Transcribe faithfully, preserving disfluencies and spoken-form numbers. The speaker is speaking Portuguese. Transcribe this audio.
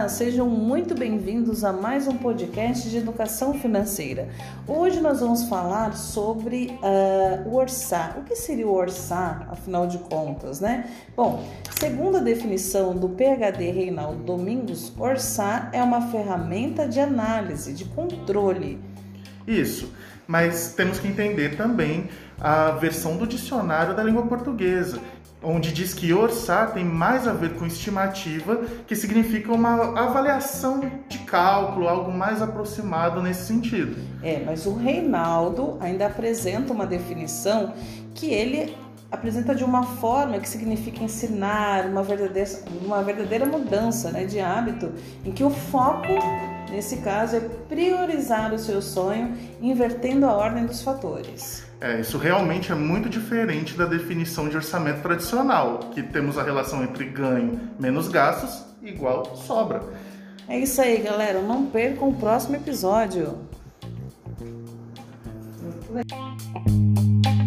Olá, sejam muito bem-vindos a mais um podcast de educação financeira. Hoje nós vamos falar sobre uh, o orçar. O que seria o orçar, afinal de contas, né? Bom, segundo a definição do PhD Reinaldo Domingos, orçar é uma ferramenta de análise, de controle. Isso, mas temos que entender também a versão do dicionário da língua portuguesa, onde diz que orçar tem mais a ver com estimativa, que significa uma avaliação de cálculo, algo mais aproximado nesse sentido. É, mas o Reinaldo ainda apresenta uma definição que ele apresenta de uma forma que significa ensinar uma verdadeira, uma verdadeira mudança, né, de hábito, em que o foco, nesse caso, é priorizar o seu sonho, invertendo a ordem dos fatores. É, isso realmente é muito diferente da definição de orçamento tradicional, que temos a relação entre ganho menos gastos igual sobra. É isso aí, galera. Não percam o próximo episódio.